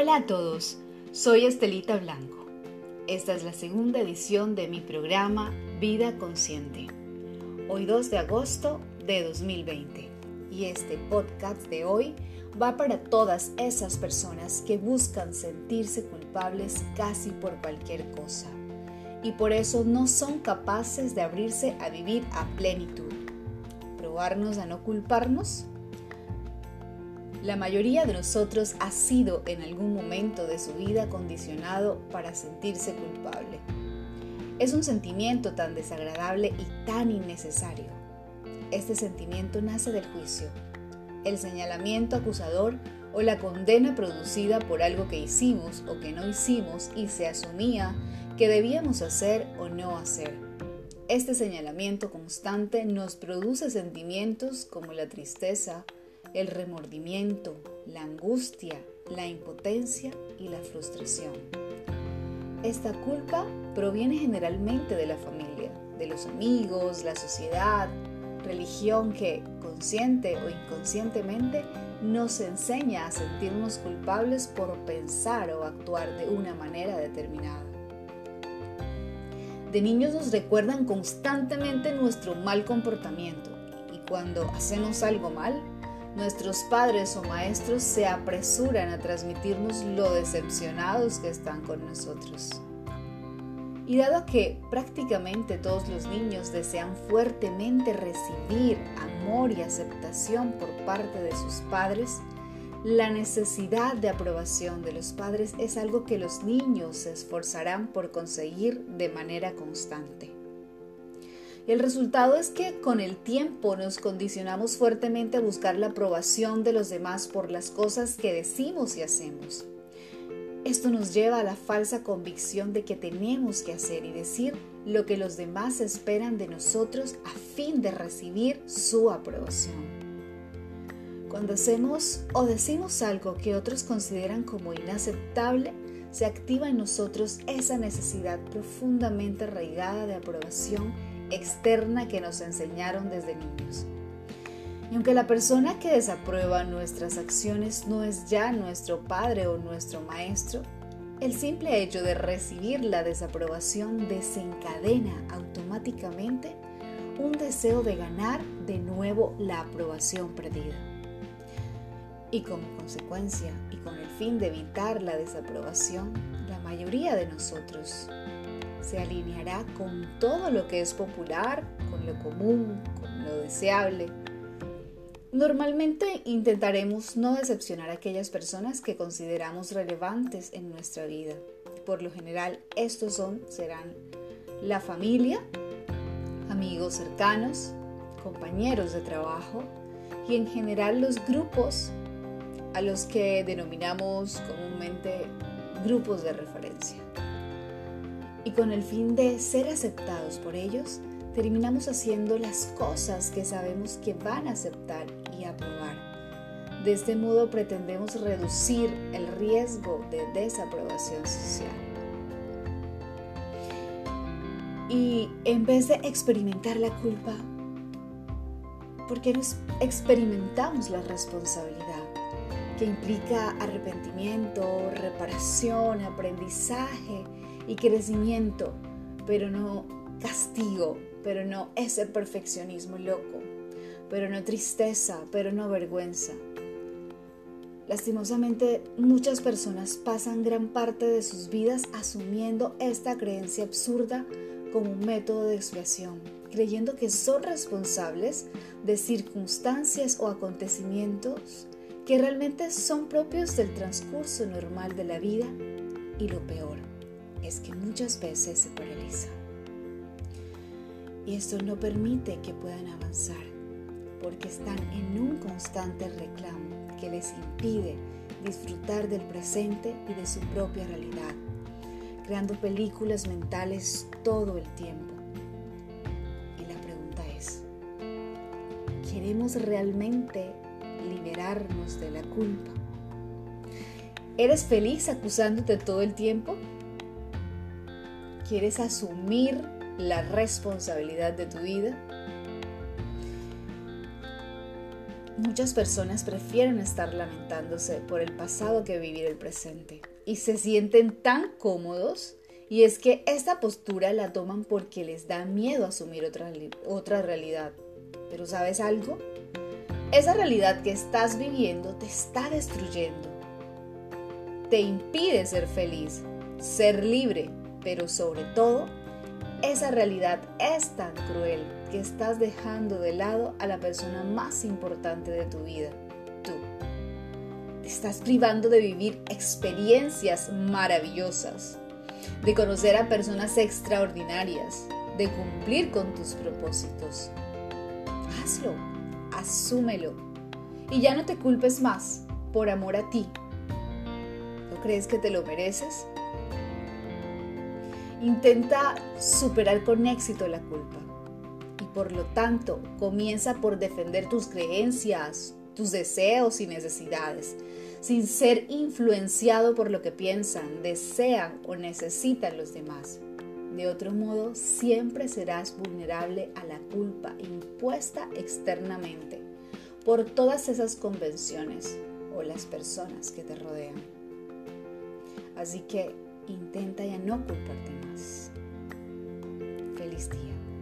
Hola a todos, soy Estelita Blanco. Esta es la segunda edición de mi programa Vida Consciente. Hoy 2 de agosto de 2020 y este podcast de hoy va para todas esas personas que buscan sentirse culpables casi por cualquier cosa y por eso no son capaces de abrirse a vivir a plenitud. ¿Probarnos a no culparnos? La mayoría de nosotros ha sido en algún momento de su vida condicionado para sentirse culpable. Es un sentimiento tan desagradable y tan innecesario. Este sentimiento nace del juicio, el señalamiento acusador o la condena producida por algo que hicimos o que no hicimos y se asumía que debíamos hacer o no hacer. Este señalamiento constante nos produce sentimientos como la tristeza, el remordimiento, la angustia, la impotencia y la frustración. Esta culpa proviene generalmente de la familia, de los amigos, la sociedad, religión que, consciente o inconscientemente, nos enseña a sentirnos culpables por pensar o actuar de una manera determinada. De niños nos recuerdan constantemente nuestro mal comportamiento y cuando hacemos algo mal, nuestros padres o maestros se apresuran a transmitirnos lo decepcionados que están con nosotros. Y dado que prácticamente todos los niños desean fuertemente recibir amor y aceptación por parte de sus padres, la necesidad de aprobación de los padres es algo que los niños se esforzarán por conseguir de manera constante. Y el resultado es que con el tiempo nos condicionamos fuertemente a buscar la aprobación de los demás por las cosas que decimos y hacemos. Esto nos lleva a la falsa convicción de que tenemos que hacer y decir lo que los demás esperan de nosotros a fin de recibir su aprobación. Cuando hacemos o decimos algo que otros consideran como inaceptable, se activa en nosotros esa necesidad profundamente arraigada de aprobación externa que nos enseñaron desde niños. Y aunque la persona que desaprueba nuestras acciones no es ya nuestro padre o nuestro maestro, el simple hecho de recibir la desaprobación desencadena automáticamente un deseo de ganar de nuevo la aprobación perdida. Y como consecuencia, y con el fin de evitar la desaprobación, la mayoría de nosotros se alineará con todo lo que es popular, con lo común, con lo deseable. Normalmente intentaremos no decepcionar a aquellas personas que consideramos relevantes en nuestra vida. Por lo general, estos serán la familia, amigos cercanos, compañeros de trabajo y en general los grupos a los que denominamos comúnmente grupos de referencia. Y con el fin de ser aceptados por ellos, terminamos haciendo las cosas que sabemos que van a aceptar y aprobar. De este modo pretendemos reducir el riesgo de desaprobación social. Y en vez de experimentar la culpa, ¿por qué no experimentamos la responsabilidad? Que implica arrepentimiento, reparación, aprendizaje y crecimiento, pero no castigo, pero no ese perfeccionismo loco, pero no tristeza, pero no vergüenza. Lastimosamente, muchas personas pasan gran parte de sus vidas asumiendo esta creencia absurda como un método de expiación, creyendo que son responsables de circunstancias o acontecimientos que realmente son propios del transcurso normal de la vida y lo peor es que muchas veces se paralizan. Y esto no permite que puedan avanzar porque están en un constante reclamo que les impide disfrutar del presente y de su propia realidad, creando películas mentales todo el tiempo. Y la pregunta es, ¿queremos realmente liberarnos de la culpa? ¿Eres feliz acusándote todo el tiempo? ¿Quieres asumir la responsabilidad de tu vida? Muchas personas prefieren estar lamentándose por el pasado que vivir el presente y se sienten tan cómodos, y es que esta postura la toman porque les da miedo asumir otra realidad. Pero ¿sabes algo? Esa realidad que estás viviendo te está destruyendo, te impide ser feliz, ser libre, pero sobre todo, esa realidad es tan cruel que estás dejando de lado a la persona más importante de tu vida, tú. Te estás privando de vivir experiencias maravillosas, de conocer a personas extraordinarias, de cumplir con tus propósitos. Hazlo, asúmelo y ya no te culpes más por amor a ti. ¿No crees que te lo mereces? Intenta superar con éxito la culpa y por lo tanto comienza por defender tus creencias, tus deseos y necesidades, sin ser influenciado por lo que piensan, desean o necesitan los demás. De otro modo, siempre serás vulnerable a la culpa impuesta externamente por todas esas convenciones o las personas que te rodean. Así que intenta ya no culparte más. Feliz día.